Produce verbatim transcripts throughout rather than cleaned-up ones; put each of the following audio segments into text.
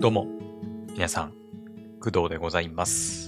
どうも、皆さん、工藤でございます。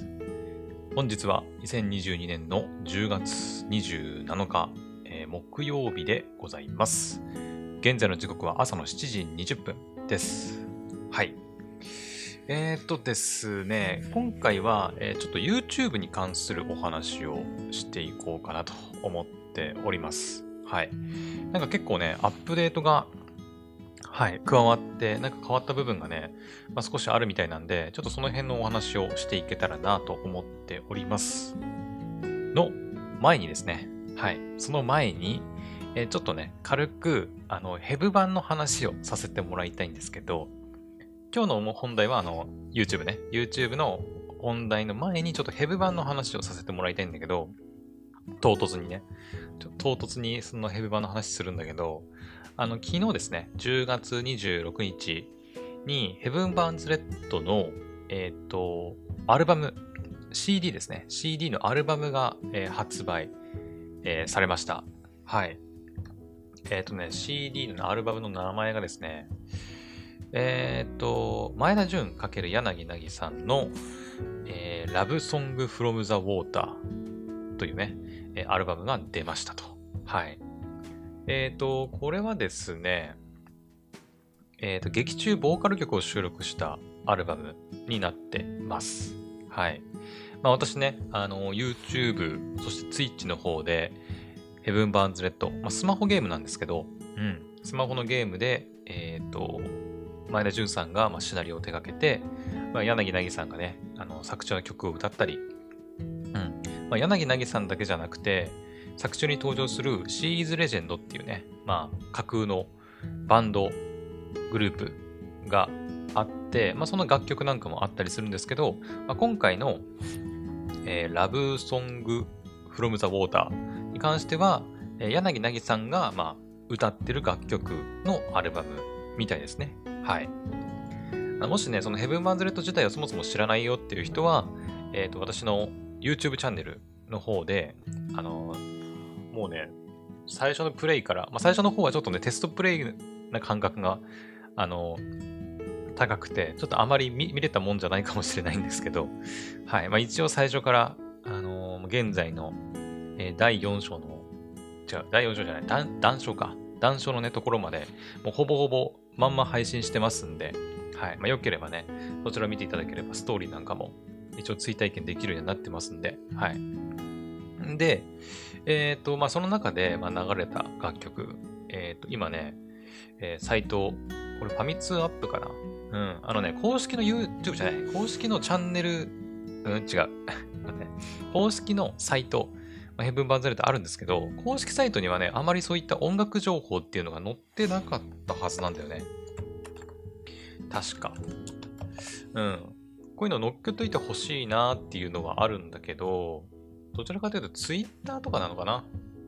本日はにせんにじゅうにねんのじゅうがつにじゅうなのか、えー木曜日でございます。現在の時刻は朝のしちじにじゅっぷんです。はい。えーっとですね、今回は、えーちょっと YouTube に関するお話をしていこうかなと思っております。はい。なんか結構ね、アップデートがはい、加わって、なんか変わった部分がね、まあ、少しあるみたいなんで、ちょっとその辺のお話をしていけたらなと思っております。の前にですね、はい、その前に、えーちょっとね、軽く、あの、ヘブ版の話をさせてもらいたいんですけど、今日の本題は、あの、YouTube ね、YouTube の本題の前に、ちょっとヘブ版の話をさせてもらいたいんだけど、唐突にね、ちょ唐突にそのヘブ版の話するんだけど、あの、昨日ですね、じゅうがつにじゅうろくにちに、ヘブン・バーンズ・レッドの、えっ、と、アルバム、シーディー ですね。シーディー のアルバムが、えー発売、えーされました。はい。えっ、とね、シーディー のアルバムの名前がですね、えっ、と、前田純×柳凪さんの、えー、ラブソング・フロム・ザ・ウォーターというね、えーアルバムが出ましたと。はい。えっ、と、これはですね、えっ、と、劇中ボーカル曲を収録したアルバムになってます。はい。まあ私ね、あの、YouTube、そして Twitch の方で、ヘブン・バーンズ・レッド、まあ、スマホゲームなんですけど、うん、スマホのゲームで、えっ、と、前田純さんが、まあ、シナリオを手掛けて、まあ、柳凪さんがね、あの作中の曲を歌ったり、うんまあ、柳凪さんだけじゃなくて、作中に登場するシーズ・レジェンドっていうね、まあ、架空のバンド、グループがあって、まあ、その楽曲なんかもあったりするんですけど、まあ、今回の、えー、ラブソング from the water に関しては、えー柳凪さんが、まあ、歌ってる楽曲のアルバムみたいですね。はい。あもしね、そのヘブン・バーンズ・レッド自体をそもそも知らないよっていう人は、えっ、と、私の YouTube チャンネルの方で、あの、もうね、最初のプレイから、まあ、最初の方はちょっとね、テストプレイな感覚が、あの、高くて、ちょっとあまり見見れたもんじゃないかもしれないんですけど、はい。まあ、一応最初から、あのー現在の、えーだいよん章の、違う、だいよん章じゃない、談談章か。談章のね、ところまで、もうほぼほぼまんま配信してますんで、はい。まあ、よければね、そちらを見ていただければ、ストーリーなんかも、一応追体験できるようになってますんで、はい。で、えっ、と、まあ、その中で、まあ、流れた楽曲、えっ、と、今ね、えーサイト、これファミ通アップかなうん。あのね、公式の YouTube じゃない、公式のチャンネル、うん、違う。待って公式のサイト、まあ、ヘブン・バンズレットあるんですけど、公式サイトにはね、あまりそういった音楽情報っていうのが載ってなかったはずなんだよね。確か。うん。こういうの乗っけといてほしいなっていうのはあるんだけど、どちらかというと Twitter とかなのかな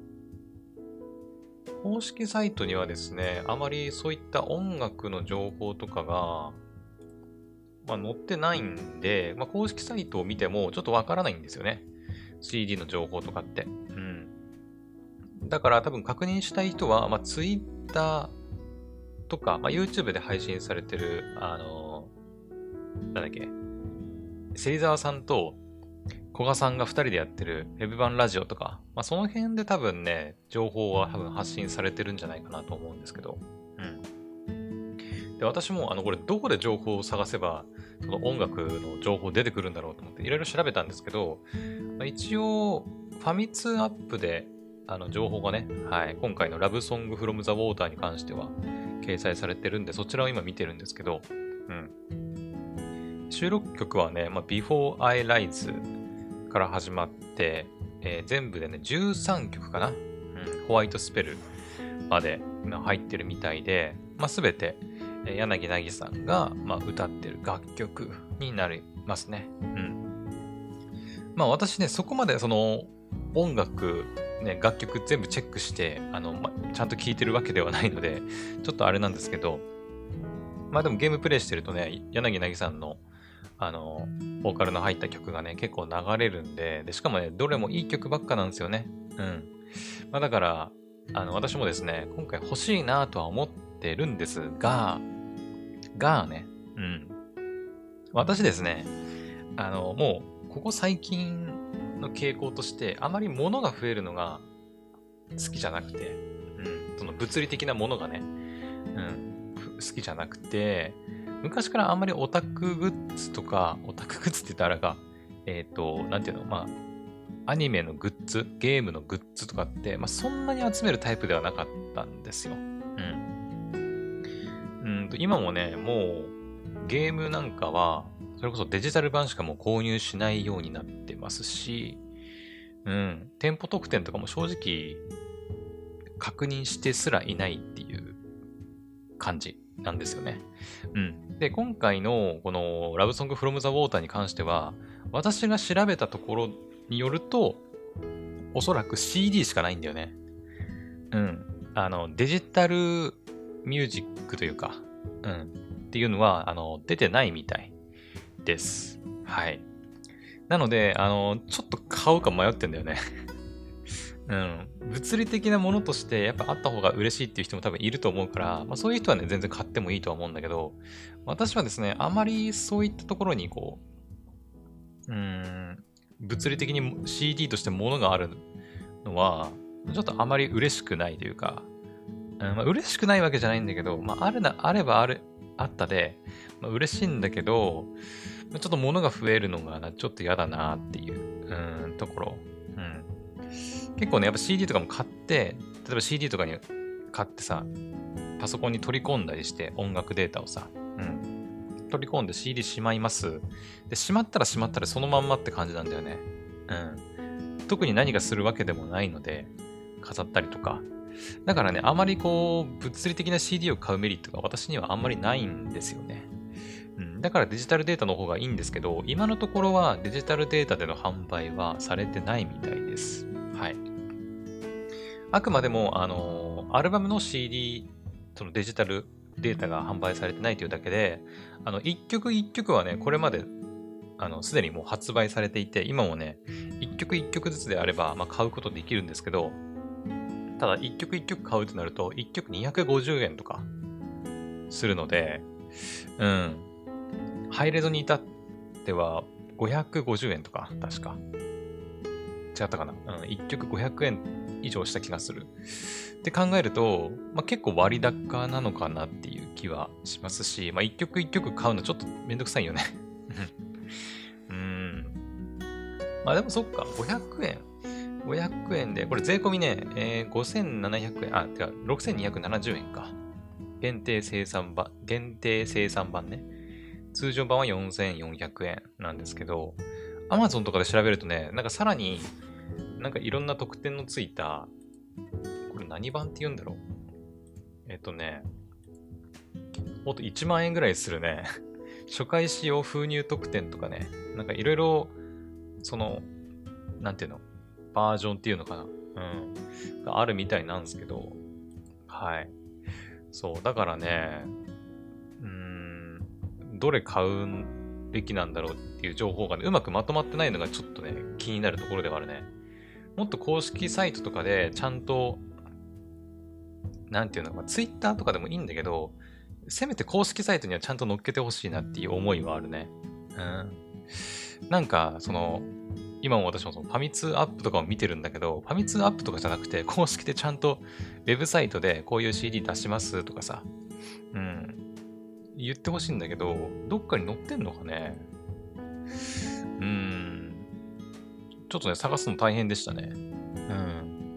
公式サイトにはですね、あまりそういった音楽の情報とかが、まあ、載ってないんで、まあ、公式サイトを見てもちょっとわからないんですよね。シーディー の情報とかって。うん。だから多分確認したい人は、まあ、Twitter とか、まあ、YouTube で配信されてる、あのーなんだっけ、芹沢さんと古賀さんがふたりでやってるウェブ版ラジオとか、まあ、その辺で多分ね、情報は多分発信されてるんじゃないかなと思うんですけど。うん。で、私も、あの、これ、どこで情報を探せば、その音楽の情報出てくるんだろうと思って、いろいろ調べたんですけど、まあ、一応、ファミ通アップで、あの、情報がね、はい、今回のラブソングフロムザウォーターに関しては、掲載されてるんで、そちらを今見てるんですけど、うん。収録曲はね、まあ、Before I Rise から始まって、えー全部でね、じゅうさんきょくかな。うん、ホワイトスペルまで今入ってるみたいで、まあ、すべて、えー柳凪さんが、まあ、歌ってる楽曲になりますね。うん。まあ私ね、そこまでその音楽、ね、楽曲全部チェックして、あの、ま、ちゃんと聴いてるわけではないので、ちょっとあれなんですけど、まあでもゲームプレイしてるとね、柳凪さんの、あの、ボーカルの入った曲がね、結構流れるんで、で、しかもね、どれもいい曲ばっかなんですよね。うん。まあだから、あの、私もですね、今回欲しいなとは思ってるんですが、がね、うん。 私ですね、あの、もう、ここ最近の傾向として、あまり物が増えるのが好きじゃなくて、うん、その物理的なものがね、うん、好きじゃなくて、昔からあんまりオタクグッズとか、オタクグッズって言ったらあれか、えっ、と、なんていうの、まあ、アニメのグッズ、ゲームのグッズとかって、まあ、そんなに集めるタイプではなかったんですよ。うん。うんと今もね、もう、ゲームなんかは、それこそデジタル版しかもう購入しないようになってますし、うん、店舗特典とかも正直、確認してすらいないっていう感じなんですよね。うん。で、今回のこのラブソング from the water に関しては、私が調べたところによると、おそらく シーディー しかないんだよね。うん。あの、デジタルミュージックというか、うん。っていうのは、あの、出てないみたいです。はい。なので、あの、ちょっと買うか迷ってんだよね。うん。物理的なものとしてやっぱあった方が嬉しいっていう人も多分いると思うから、まあそういう人はね、全然買ってもいいとは思うんだけど、私はですね、あまりそういったところにこう、うーん、物理的に シーディー として物があるのは、ちょっとあまり嬉しくないというか、うんまあ、嬉しくないわけじゃないんだけど、まああるな、あればある、あったで、まあ、嬉しいんだけど、ちょっと物が増えるのがなちょっと嫌だなっていう、うん、ところ。うん。結構ね、やっぱ シーディー とかも買って、例えば シーディー とかに買ってさ、パソコンに取り込んだりして音楽データをさ、うん。取り込んで シーディー しまいます。で、しまったらしまったらそのまんまって感じなんだよね。うん。特に何がするわけでもないので、飾ったりとか。だからね、あまりこう、物理的な シーディー を買うメリットが私にはあんまりないんですよね。うん、だからデジタルデータの方がいいんですけど、今のところはデジタルデータでの販売はされてないみたいです。はい。あくまでも、あのアルバムの シーディー、そのデジタルデータが販売されてないというだけで、あの、一曲一曲はね、これまで、あの、すでにもう発売されていて、今もね、一曲一曲ずつであれば、まあ、買うことできるんですけど、ただ一曲一曲買うとなると、一曲にひゃくごじゅうえんとかするので、うん。ハイレゾに至ってはごひゃくごじゅうえんとか、確か。違ったかな。うん、いっきょくごひゃくえん以上した気がする。って考えると、まあ、結構割高なのかなっていう気はしますし、まあ、一曲一曲買うのちょっとめんどくさいよね。うーん。まあでもそっか、ごひゃくえん。ごひゃくえんで、これ税込みね、えー、ごせんななひゃくえん、あ、てか、ろくせんにひゃくななじゅうえんか。限定生産版、限定生産版ね。通常版はよんせんよんひゃくえんなんですけど、Amazon とかで調べるとね、なんかさらになんかいろんな特典のついた、これ何版って言うんだろう。えっとね、もっといちまん円ぐらいするね、初回使用封入特典とかね、なんかいろいろ、その、なんていうの、バージョンっていうのかな。うん。があるみたいなんですけど、はい。そう、だからね、うーん、どれ買うべきなんだろうっていう情報がね、うまくまとまってないのがちょっとね、気になるところではあるね。もっと公式サイトとかでちゃんと、なんていうのか、ツイッターとかでもいいんだけど、せめて公式サイトにはちゃんと載っけてほしいなっていう思いはあるね。うん。なんか、その、今も私もそのファミ通アップとかを見てるんだけど、ファミ通アップとかじゃなくて、公式でちゃんとウェブサイトでこういう シーディー 出しますとかさ、うん、言ってほしいんだけど、どっかに載ってんのかね。うーん、ちょっとね、探すの大変でしたね。うん。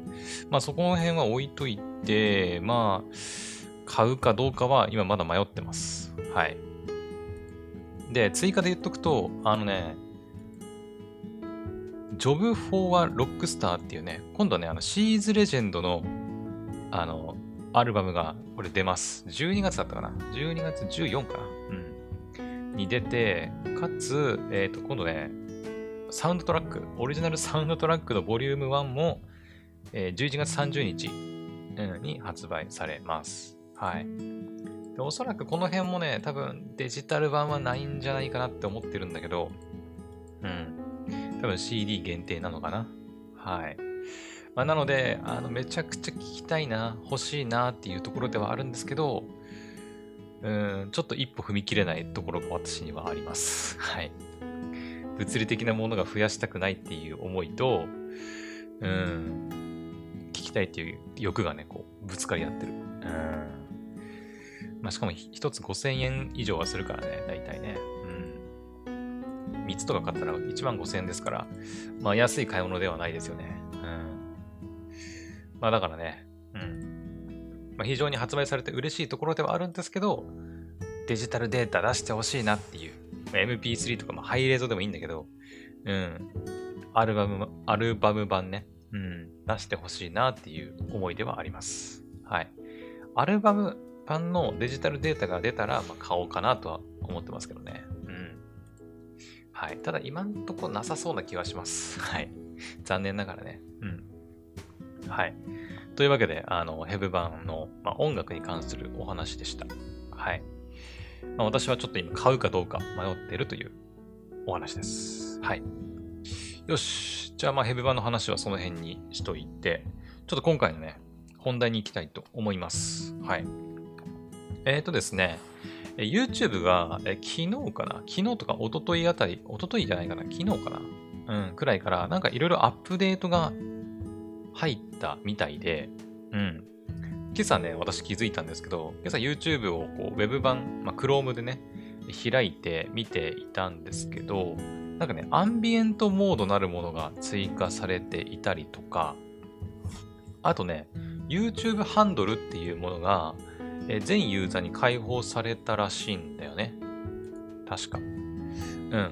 まあそこの辺は置いといて、まあ、買うかどうかは今まだ迷ってます。はい。で、追加で言っとくと、あのね、Job for a Rockstar っていうね、今度はね、あの、シーズレジェンドの、あの、アルバムが、これ出ます。じゅうにがつだったかな ?じゅうに 月じゅうよっかかなうん。に出て、かつ、えっと、今度ね、サウンドトラック、オリジナルサウンドトラックのボリュームワンも、えーじゅういちがつさんじゅうにちうんに発売されます。はい。で、おそらくこの辺もね、多分デジタル版はないんじゃないかなって思ってるんだけど、うん。多分 シーディー 限定なのかな。はい。まあ、なので、あの、めちゃくちゃ聞きたいな、欲しいなっていうところではあるんですけど、 うーん、ちょっと一歩踏み切れないところが私にはあります。はい。物理的なものが増やしたくないっていう思いと、うーん、聞きたいっていう欲がね、こう、ぶつかり合ってる。うーん。まあ、しかも一つごせんえん以上はするからね、だいたいね。うん。みっつとか買ったらいちまんごせんえんですから、まあ安い買い物ではないですよね。うん。まあだからね、うん。まあ、非常に発売されて嬉しいところではあるんですけど、デジタルデータ出してほしいなっていう。まあ エムピースリー とか、まあ、ハイレゾでもいいんだけど、うん。アルバム、アルバム版ね、うん。出してほしいなっていう思いではあります。はい。アルバム版のデジタルデータが出たら、まあ、買おうかなとは思ってますけどね。うん。はい。ただ今んとこなさそうな気はします。はい。残念ながらね。うん。はい。というわけで、あの、ヘブ版の、まあ、音楽に関するお話でした。はい。まあ、私はちょっと今買うかどうか迷っているというお話です。はい。よし。じゃあ、まあ、ヘブ版の話はその辺にしといて、ちょっと今回のね、本題に行きたいと思います。はい。えーとですね、え YouTube がえ昨日かな昨日とか一昨日あたり、一昨日じゃないかな昨日かなうん、くらいから、なんかいろいろアップデートが入ったみたいで、うん。今朝ね、私気づいたんですけど、今朝 YouTube をこうウェブ版、まあ、Chrome でね、開いて見ていたんですけど、なんかね、アンビエントモードなるものが追加されていたりとか、あとね、YouTube ハンドルっていうものが、えー全ユーザーに開放されたらしいんだよね。確か。うん。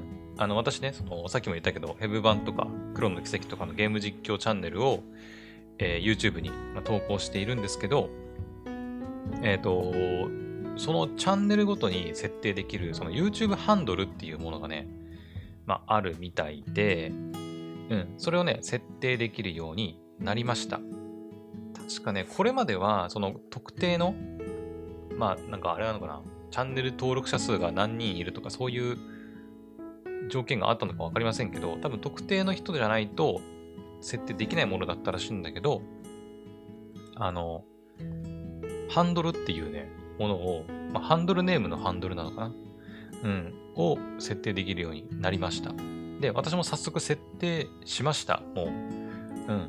あの、私ね、その、さっきも言ったけど、ヘブ版とか、クローンの奇跡とかのゲーム実況チャンネルを、えー YouTube に、まあ投稿しているんですけど、えっと、そのチャンネルごとに設定できる、その YouTube ハンドルっていうものがね、まあ、あるみたいで、うん、それをね、設定できるようになりました。確かね、これまでは、その特定の、まあ、なんかあれなのかな、チャンネル登録者数が何人いるとか、そういう条件があったのかわかりませんけど、多分特定の人じゃないと設定できないものだったらしいんだけど、あの、ハンドルっていうね、ものを、まあ、ハンドルネームのハンドルなのかなうん、を設定できるようになりました。で、私も早速設定しました。もう。うん。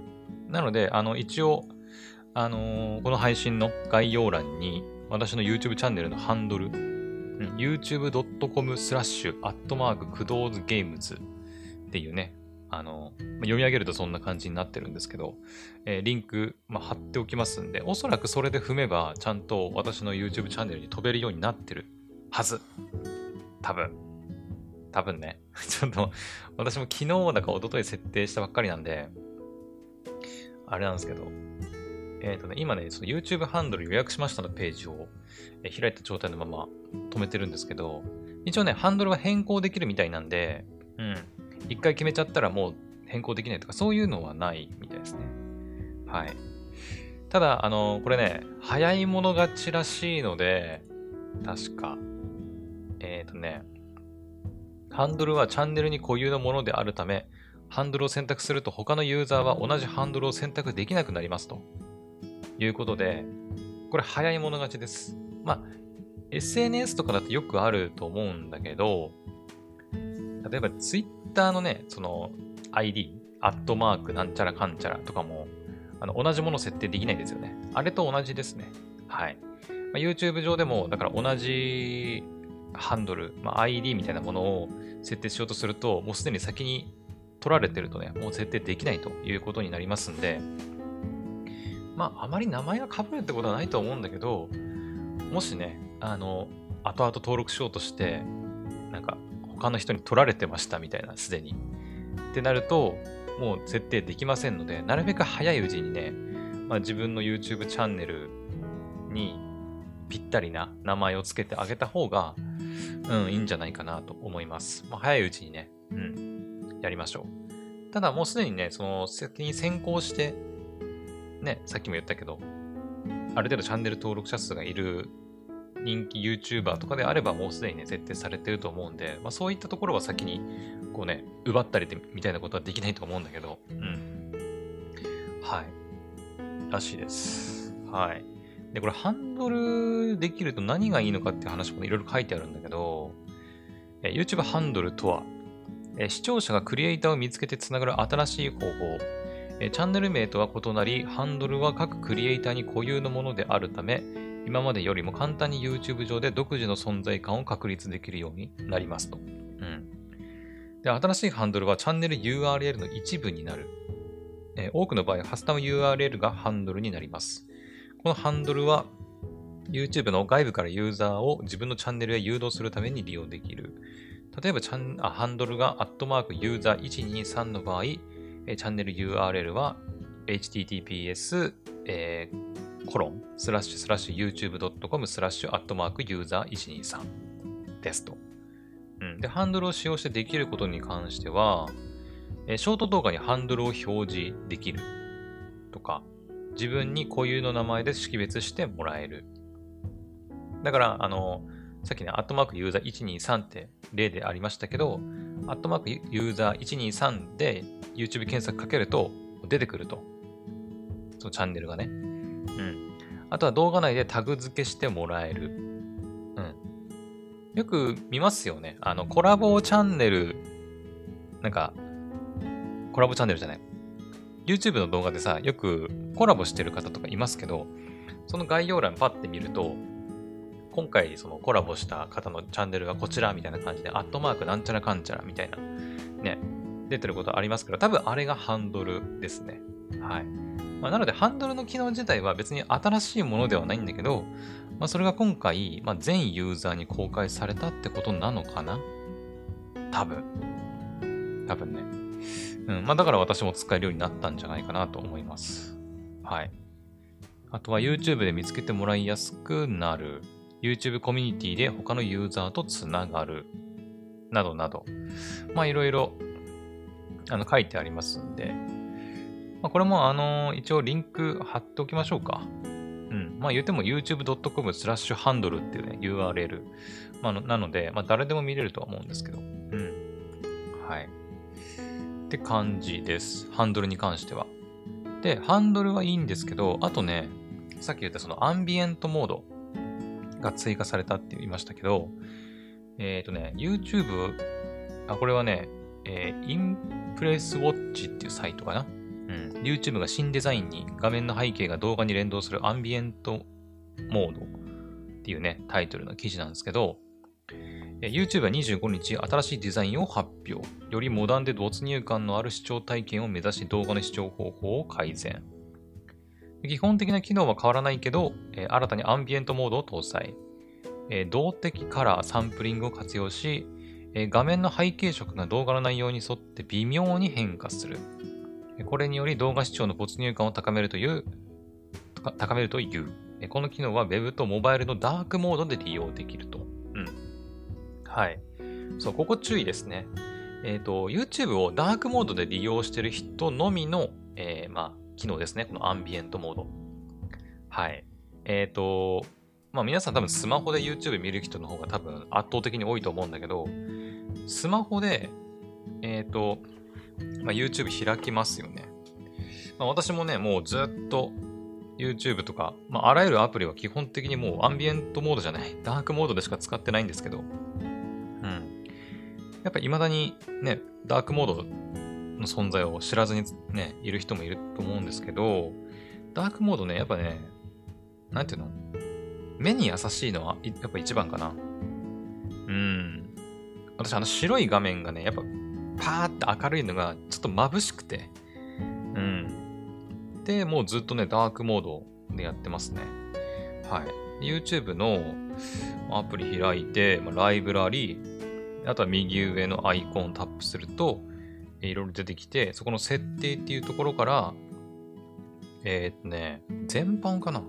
なので、あの、一応、あのーこの配信の概要欄に、私の YouTube チャンネルのハンドル、うん、youtube.com スラッシュアットマーククドーズゲームズっていうね、あのー読み上げるとそんな感じになってるんですけど、えーリンク、まあ、貼っておきますんで、おそらくそれで踏めば、ちゃんと私の YouTube チャンネルに飛べるようになってるはず。多分。多分ね。ちょっと、私も昨日だか一昨日設定したばっかりなんで、あれなんですけど、えっ、とね、今ね、その YouTube ハンドル予約しましたのページを、えー開いた状態のまま止めてるんですけど、一応ね、ハンドルは変更できるみたいなんで、うん。一回決めちゃったらもう変更できないとか、そういうのはないみたいですね。はい。ただ、あの、これね、早い者勝ちらしいので、確か、えっ、とね、ハンドルはチャンネルに固有のものであるため、ハンドルを選択すると他のユーザーは同じハンドルを選択できなくなりますということで、これ早い者勝ちです。まあ、エスエヌエス とかだとよくあると思うんだけど、例えば Twitter のね、その アイディー、アットマークなんちゃらかんちゃらとかも、あの同じもの設定できないですよね。あれと同じですね。はい。まあ、YouTube 上でも、だから同じハンドル、まあ、アイディー みたいなものを設定しようとすると、もうすでに先に取られてるとね、もう設定できないということになりますんで、まあ、あまり名前が被るってことはないと思うんだけど、もしね、あの、後々登録しようとして、なんか、他の人に取られてましたみたいな、すでに。ってなると、もう設定できませんので、なるべく早いうちにね、まあ、自分の YouTube チャンネルにぴったりな名前をつけてあげた方が、うん、いいんじゃないかなと思います。まあ、早いうちにね、うん、やりましょう。ただ、もうすでにね、その、先に先行して、ね、さっきも言ったけど、ある程度チャンネル登録者数がいる人気 YouTuber とかであればもうすでにね、設定されてると思うんで、まあそういったところは先に、こうね、奪ったりみたいなことはできないと思うんだけど、うん。はい。らしいです。はい。 で、これハンドルできると何がいいのかっていう話もいろいろ書いてあるんだけど、え YouTube ハンドルとは、え視聴者がクリエイターを見つけてつながる新しい方法。えチャンネル名とは異なり、ハンドルは各クリエイターに固有のものであるため、今までよりも簡単に YouTube 上で独自の存在感を確立できるようになりますと。うん。で、新しいハンドルはチャンネル ユーアールエル の一部になる。えー多くの場合、カスタム ユーアールエル がハンドルになります。このハンドルは YouTube の外部からユーザーを自分のチャンネルへ誘導するために利用できる。例えばチャンあ、ハンドルがアットマークユーザーいちにさんの場合、えーチャンネル ユーアールエル は エイチティーティーピーエス、えー、コロン、スラッシュスラッシュ YouTube.com スラッシュアットマークユーザーいちにさんですと。うん。で、ハンドルを使用してできることに関しては、えーショート動画にハンドルを表示できるとか、自分に固有の名前で識別してもらえる。だから、あの、さっきね、アットマークユーザーいちにさんって例でありましたけど、アットマークユーザーいちにさんで YouTube 検索かけると出てくると。そのチャンネルがね。うん。あとは動画内でタグ付けしてもらえる。うん。よく見ますよね。あの、コラボチャンネル、なんか、コラボチャンネルじゃない。YouTube の動画でさ、よくコラボしてる方とかいますけど、その概要欄パッて見ると、今回そのコラボした方のチャンネルがこちらみたいな感じで、アットマークなんちゃらかんちゃらみたいな、ね、出てることありますけど、多分あれがハンドルですね。はい。まあ、なので、ハンドルの機能自体は別に新しいものではないんだけど、まあ、それが今回、まあ、全ユーザーに公開されたってことなのかな多分。多分ね。うん。まあ、だから私も使えるようになったんじゃないかなと思います。はい。あとは YouTube で見つけてもらいやすくなる。YouTube コミュニティで他のユーザーとつながる。などなど。まあいろいろあの書いてありますんで。まあ、これもあの一応リンク貼っておきましょうか。うん。まあ言っても youtube.com スラッシュハンドルっていうね ユーアールエル。まあ、なので、まあ誰でも見れるとは思うんですけど。うん。はい。って感じです。ハンドルに関しては。で、ハンドルはいいんですけど、あとね、さっき言ったそのアンビエントモードが追加されたって言いましたけど、えっ、ー、とね、YouTube、あ、これはね、えー、インプレスウォッチっていうサイトかな。うん。YouTube が新デザインに画面の背景が動画に連動するアンビエントモードっていうね、タイトルの記事なんですけど、えー、YouTube はにじゅうごにち新しいデザインを発表。よりモダンで没入感のある視聴体験を目指し動画の視聴方法を改善。基本的な機能は変わらないけど、えー新たにアンビエントモードを搭載。えー動的カラー、サンプリングを活用し、えー画面の背景色が動画の内容に沿って微妙に変化する。えーこれにより動画視聴の没入感を高めるという、た高めるという。えーこの機能は Web とモバイルのダークモードで利用できると。うん。はい。そう、ここ注意ですね。えっ、と、YouTube をダークモードで利用している人のみの、えーまあ、機能ですね。このアンビエントモード。はい。えっ、と、まあ皆さん多分スマホで YouTube 見る人の方が多分圧倒的に多いと思うんだけど、スマホで、えっ、と、まあ、YouTube 開きますよね。まあ、私もね、もうずっと YouTube とか、まあ、あらゆるアプリは基本的にもうアンビエントモードじゃない、ダークモードでしか使ってないんですけど、うん。やっぱ未だにね、ダークモードの存在を知らずにね、いる人もいると思うんですけど、ダークモードね、やっぱね、なんていうの目に優しいのはやっぱ一番かな。うん。私あの白い画面がね、やっぱパーって明るいのがちょっと眩しくて。うん。で、もうずっとね、ダークモードでやってますね。はい。YouTube のアプリ開いて、まあ、ライブラリー、あとは右上のアイコンをタップすると、いろいろ出てきて、そこの設定っていうところから、えー、っとね、全般かな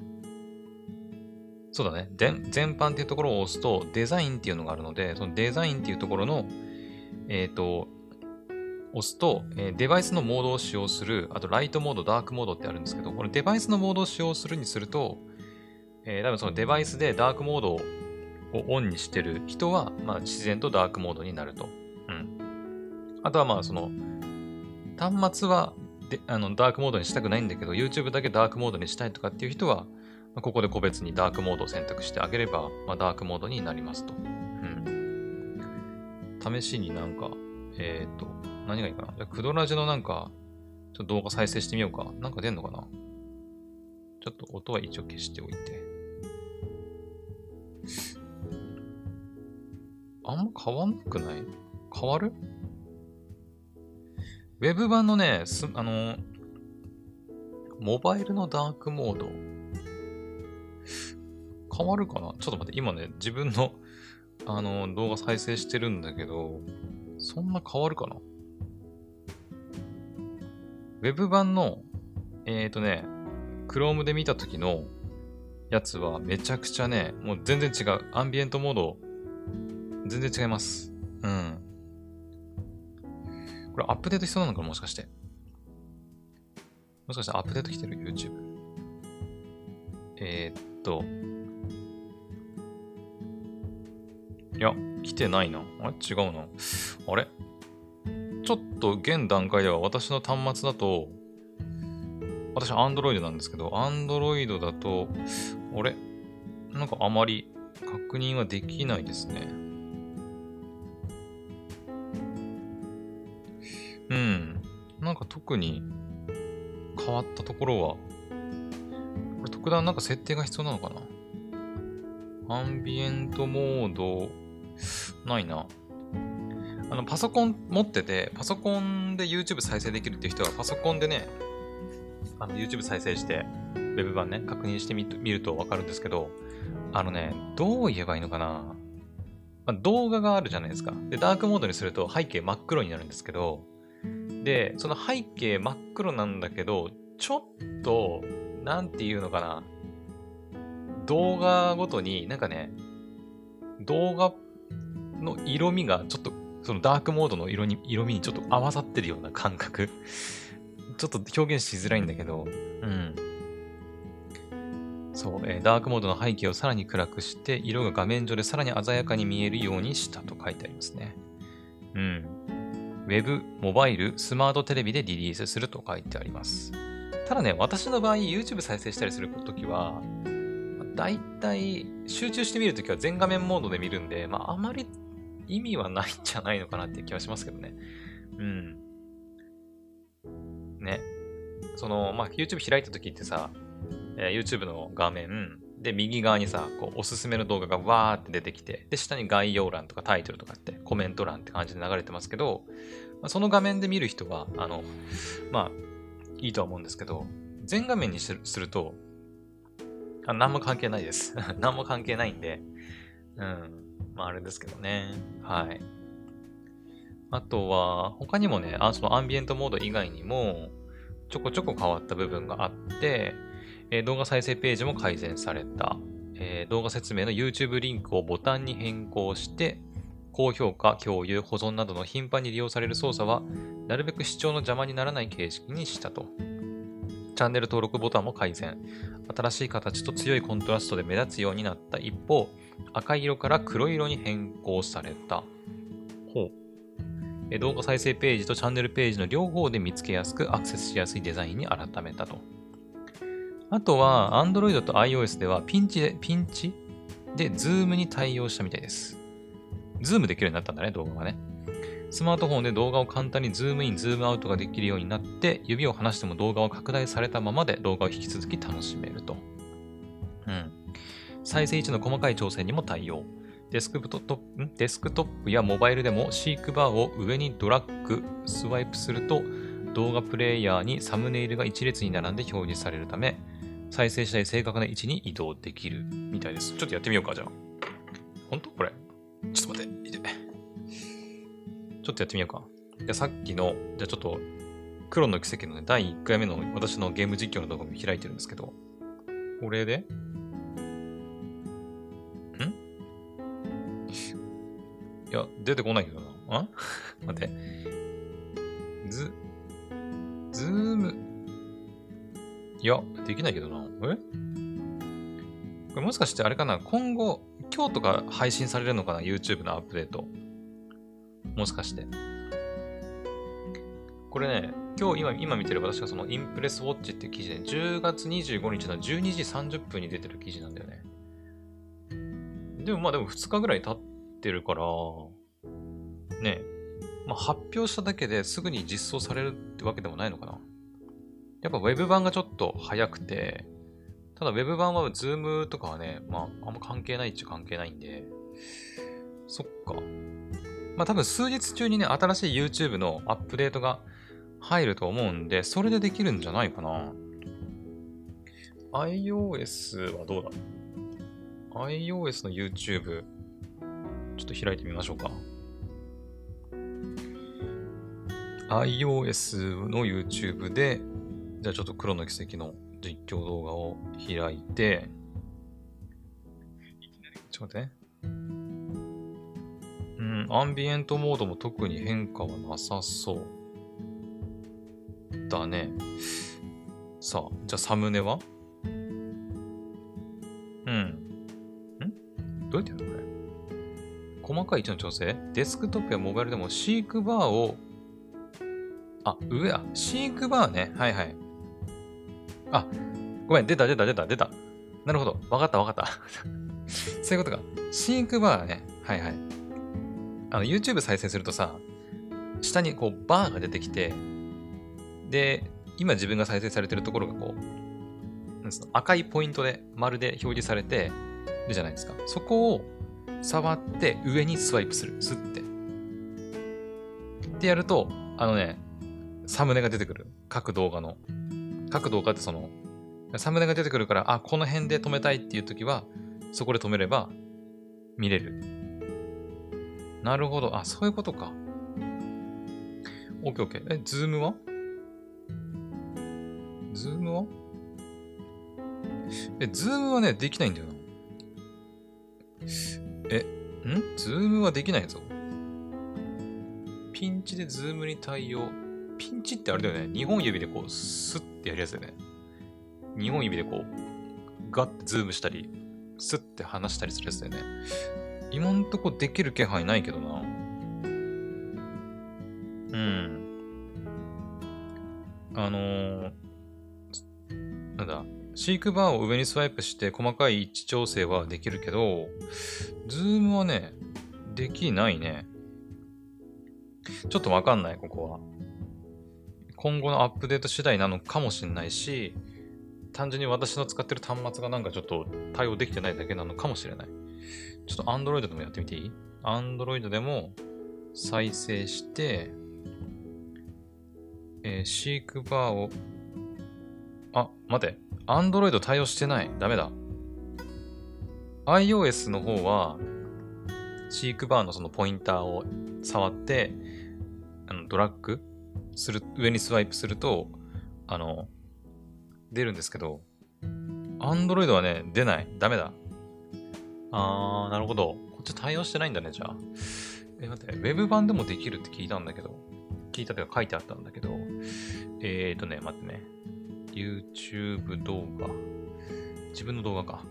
そうだね。全全般っていうところを押すと、デザインっていうのがあるので、そのデザインっていうところの、えっ、と、押すと、えーデバイスのモードを使用する、あとライトモード、ダークモードってあるんですけど、このデバイスのモードを使用するにすると、えー多分そのデバイスでダークモードをオンにしてる人は、まあ自然とダークモードになると。うん。あとはまあその、端末はであのダークモードにしたくないんだけど、YouTube だけダークモードにしたいとかっていう人は、 ここで個別にダークモードを選択してあげれば、まあ、ダークモードになりますと。うん。試しになんか、えっと、何がいいかな。じゃあクドラジのなんか、ちょっと動画再生してみようか。なんか出んのかな。ちょっと音は一応消しておいて。あんま変わんなくない？変わる？ウェブ版のね、す、あの、モバイルのダークモード、変わるかな？ちょっと待って、今ね、自分の、あの、動画再生してるんだけど、そんな変わるかな？ウェブ版の、えっとね、Chrome で見た時のやつはめちゃくちゃね、もう全然違う。アンビエントモード、全然違います。うん。これアップデート必要なのかなもしかして。もしかしてアップデート来てる ?YouTube。えー、っと。いや、来てないな。あれ違うな。あれちょっと現段階では私の端末だと、私は Android なんですけど、Android だと、あれなんかあまり確認はできないですね。うん。なんか特に変わったところは、これ特段なんか設定が必要なのかな？アンビエントモード、ないな。あの、パソコン持ってて、パソコンで YouTube 再生できるっていう人は、パソコンでね、あの YouTube 再生して、ウェブ版ね、確認してみ見るとわかるんですけど、あのね、どう言えばいいのかな？まあ、動画があるじゃないですか。で、ダークモードにすると背景真っ黒になるんですけど、で、その背景真っ黒なんだけど、ちょっと、なんていうのかな。動画ごとになんかね、動画の色味がちょっと、そのダークモードの色に色味にちょっと合わさってるような感覚。ちょっと表現しづらいんだけど、うん。そう、えーダークモードの背景をさらに暗くして、色が画面上でさらに鮮やかに見えるようにしたと書いてありますね。うん。ウェブ、モバイル、スマートテレビでリリースすると書いてあります。ただね、私の場合、YouTube 再生したりするときは、だいたい集中して見るときは全画面モードで見るんで、まあ、あまり意味はないんじゃないのかなっていう気はしますけどね。うん。ね。その、まあ、YouTube 開いたときってさ、えー YouTube の画面で右側にさ、こうおすすめの動画がわーって出てきて、で、下に概要欄とかタイトルとかってコメント欄って感じで流れてますけど、まあ、その画面で見る人は、あの、まあ、いいとは思うんですけど、全画面にするすると、あ、何も関係ないです。何も関係ないんで、うん。まあ、あれですけどね。はい。あとは、他にもね、あそのアンビエントモード以外にも、ちょこちょこ変わった部分があって、えー動画再生ページも改善された。えー動画説明の YouTube リンクをボタンに変更して、高評価、共有、保存などの頻繁に利用される操作は、なるべく視聴の邪魔にならない形式にしたと。チャンネル登録ボタンも改善。新しい形と強いコントラストで目立つようになった一方、赤色から黒色に変更された。ほう。え動画再生ページとチャンネルページの両方で見つけやすくアクセスしやすいデザインに改めたと。あとは、Android と iOS ではピンチで、ピンチで Zoom に対応したみたいです。Zoom できるようになったんだね、動画がね。スマートフォンで動画を簡単にズームイン、ズームアウトができるようになって、指を離しても動画を拡大されたままで動画を引き続き楽しめると。うん。再生位置の細かい調整にも対応。デスクトップ、デスクトップやモバイルでもシークバーを上にドラッグ、スワイプすると、動画プレイヤーにサムネイルが一列に並んで表示されるため、再生したい正確な位置に移動できるみたいです。ちょっとやってみようか、じゃあ。ほんとこれ。ちょっと待って。いて。ちょっとやってみようか。じゃあさっきの、じゃあちょっと、黒の奇跡のね、だいいっかいめの私のゲーム実況の動画も開いてるんですけど、これで、んいや、出てこないけどな。あ待って。ズ、ズーム。いや、できないけどな。えこれもしかしてあれかな今後、今日とか配信されるのかな ?YouTube のアップデート。もしかして。 これね、今日今今見てる私がそのインプレスウォッチっていう記事でじゅうがつにじゅうごにちのじゅうにじさんじゅっぷんに出てる記事なんだよね。でもまあでもふつかぐらい経ってるから、ね、まあ、発表しただけですぐに実装されるってわけでもないのかな。やっぱ Web 版がちょっと早くて、ただ Web 版は Zoom とかはね、まああんま関係ないっちゃ関係ないんで、そっか。まあ多分数日中にね、新しい YouTube のアップデートが入ると思うんで、それでできるんじゃないかな。iOS はどうだ ?iOS の YouTube、ちょっと開いてみましょうか。iOS の YouTube で、じゃあちょっと黒の奇跡の実況動画を開いて、ちょっと待ってね。うん、アンビエントモードも特に変化はなさそう。だね。さあ、じゃあサムネはうん。んどうやってやるのこれ。細かい位置の調整デスクトップやモバイルでもシークバーを、あ、上、あ、シークバーね。はいはい。あ、ごめん、出た出た出た出た。なるほど。わかったわかった。そういうことか。シークバーね。はいはい。あの、YouTube 再生するとさ、下にこう、バーが出てきて、で、今自分が再生されてるところがこう、なんつうの赤いポイントで丸で表示されてるじゃないですか。そこを触って上にスワイプする。スッて。ってやると、あのね、サムネが出てくる。各動画の。各動画ってその、サムネが出てくるから、あ、この辺で止めたいっていうときは、そこで止めれば見れる。なるほど。あ、そういうことか。オッケーオッケー。え、ズームはズームはえ、ズームはね、できないんだよな。え、んズームはできないぞ。ピンチでズームに対応。ピンチってあれだよね。にほん指でこう、スッてやるやつだよね。にほん指でこう、ガッてズームしたり、スッて離したりするやつだよね。今んとこできる気配ないけどな。うん。あのー、なんだ、シークバーを上にスワイプして細かい位置調整はできるけど、ズームはね、できないね。ちょっとわかんない、ここは。今後のアップデート次第なのかもしれないし、単純に私の使ってる端末がなんかちょっと対応できてないだけなのかもしれない。ちょっと Android でもやってみていい ?Android でも再生して、えー、シークバーを、あ、待て。Android 対応してない。ダメだ。iOS の方は、シークバーのそのポインターを触って、あのドラッグする、上にスワイプすると、あの、出るんですけど、Android はね、出ない。ダメだ。あー、なるほど。こっち対応してないんだね、じゃあ。え、待って、Web 版でもできるって聞いたんだけど、聞いたというか書いてあったんだけど、えーとね、待ってね。YouTube 動画。自分の動画か。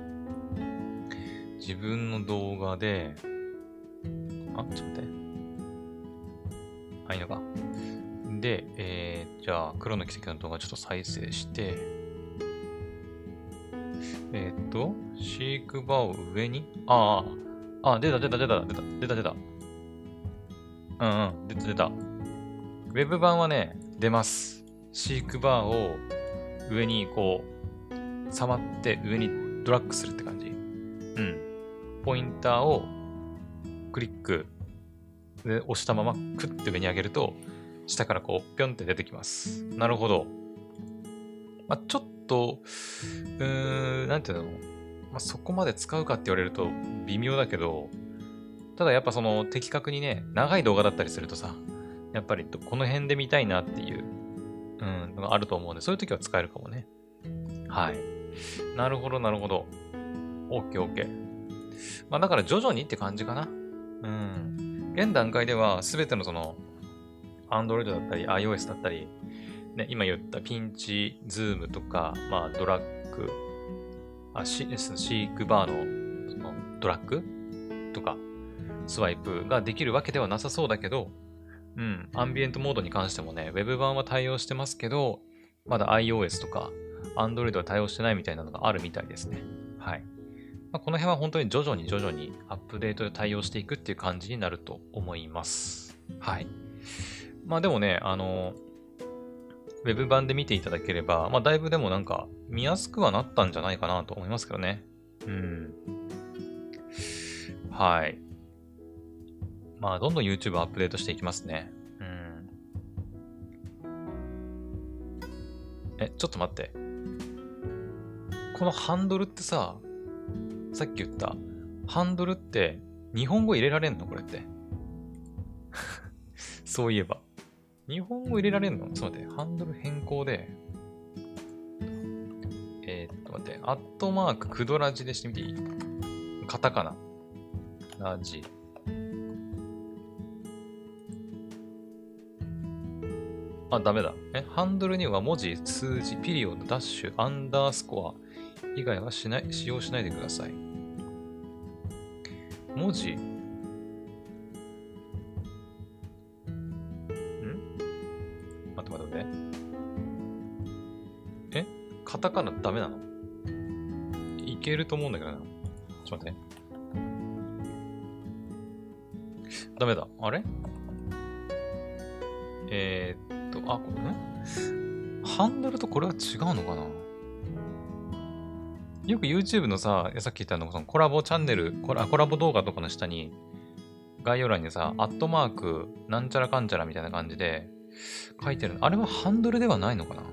自分の動画で、あ、ちょっと待って。あ、いいのか。で、えー、じゃあ、黒の奇跡の動画ちょっと再生して、えーっと、シークバーを上に、ああ、あ、出た出た出た出た出た出た。うんうん、出た出た。ウェブ版はね、出ます。シークバーを上にこう、触って上にドラッグするって感じ。うん。ポインターをクリックで押したままクッて上に上げると、下からこう、ぴょんって出てきます。なるほど。まあ、ちょっと、うーん、なんていうの、まあ、そこまで使うかって言われると微妙だけど、ただやっぱその的確にね、長い動画だったりするとさ、やっぱりこの辺で見たいなっていう、うん、のがあると思うんで、そういう時は使えるかもね。はい。なるほど、なるほど。OK、OK。まあだから徐々にって感じかな。うん。現段階では全てのその、Android だったり iOS だったり、ね、今言ったピンチ、ズームとか、まあドラッグ、あシシークバーのそのドラッグとか、スワイプができるわけではなさそうだけど、 うん、アンビエントモードに関してもね、Web 版は対応してますけど、まだ iOS とか Android は対応してないみたいなのがあるみたいですね。はい。まあ、この辺は本当に徐々に徐々にアップデートで対応していくっていう感じになると思います。はい。まあでもね、あの、Web 版で見ていただければ、まあだいぶでもなんか見やすくはなったんじゃないかなと思いますけどね。うん。はい。まあどんどん YouTube アップデートしていきますね。うん。え、ちょっと待って。このハンドルってさ、さっき言ったハンドルって日本語入れられんのこれって。そういえば。日本語入れられんのちょっと待って。ハンドル変更で。えー、っと待って。アットマーク、クドラジでしてみていい？カタカナ。ラジ。あ、ダメだ。え、ハンドルには文字、数字、ピリオド、ダッシュ、アンダースコア以外はしない、使用しないでください。文字ん待って待って待って。えカタカナダメなの？いけると思うんだけどな。ちょっと待って。ダメだ。あれえー、っと、あ、これ、んハンドルとこれは違うのかな？よく YouTube のさ、さっき言ったのそのコラボチャンネルコラ、コラボ動画とかの下に、概要欄にさ、アットマーク、なんちゃらかんちゃらみたいな感じで書いてるの。あれはハンドルではないのかな？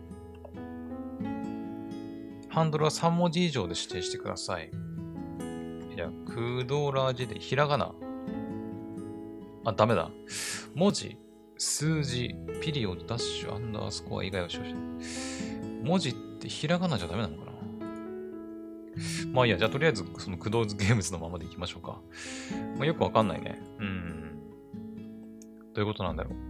ハンドルはさん文字以上で指定してください。じゃあ、クドラジで、ひらがな。あ、ダメだ。文字、数字、ピリオド、ダッシュ、アンダースコア以外は使用しない。文字ってひらがなじゃダメなのかな？まあいいや、じゃあとりあえずそのクドーズゲームズのままでいきましょうか。まあ、よくわかんないね。うん。どういうことなんだろう。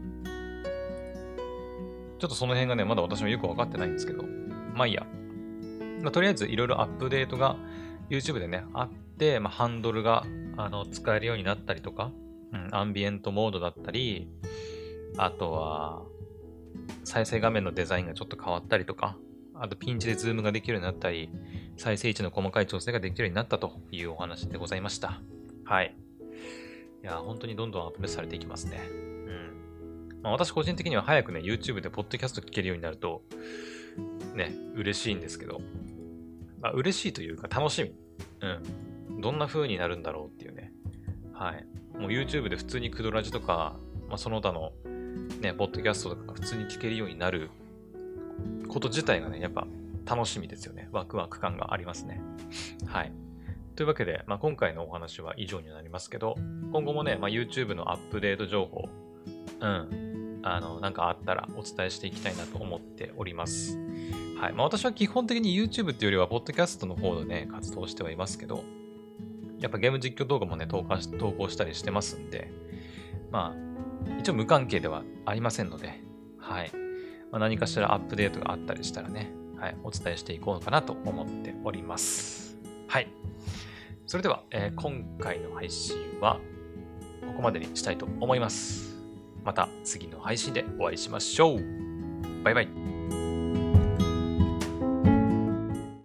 ちょっとその辺がね、まだ私もよくわかってないんですけど。まあいいや。まあ、とりあえずいろいろアップデートが YouTube でね、あって、まあ、ハンドルがあの使えるようになったりとか、うん、アンビエントモードだったり、あとは、再生画面のデザインがちょっと変わったりとか、あとピンチでズームができるようになったり、再生位置の細かい調整ができるようになったというお話でございました。はい。いや、本当にどんどんアップデートされていきますね。うん。まあ、私個人的には早くね、YouTube でポッドキャスト聞けるようになると、ね、嬉しいんですけど、まあ、嬉しいというか楽しみ。うん。どんな風になるんだろうっていうね。はい。もう YouTube で普通にクドラジとか、まあ、その他のね、ポッドキャストとか普通に聞けるようになること自体がね、やっぱ楽しみですよね。ワクワク感がありますね。はい。というわけで、まあ、今回のお話は以上になりますけど、今後もね、まあ、YouTube のアップデート情報、うん、あの、なんかあったらお伝えしていきたいなと思っております。はい。まあ、私は基本的に YouTube っていうよりは、ポッドキャストの方でね、活動してはいますけど、やっぱゲーム実況動画もね、投稿し投稿したりしてますんで、まあ、一応無関係ではありませんので、はい。まあ、何かしらアップデートがあったりしたらね、はい、お伝えしていこうかなと思っております。はい。それでは、えー、今回の配信はここまでにしたいと思います。また次の配信でお会いしましょう。バイバイ。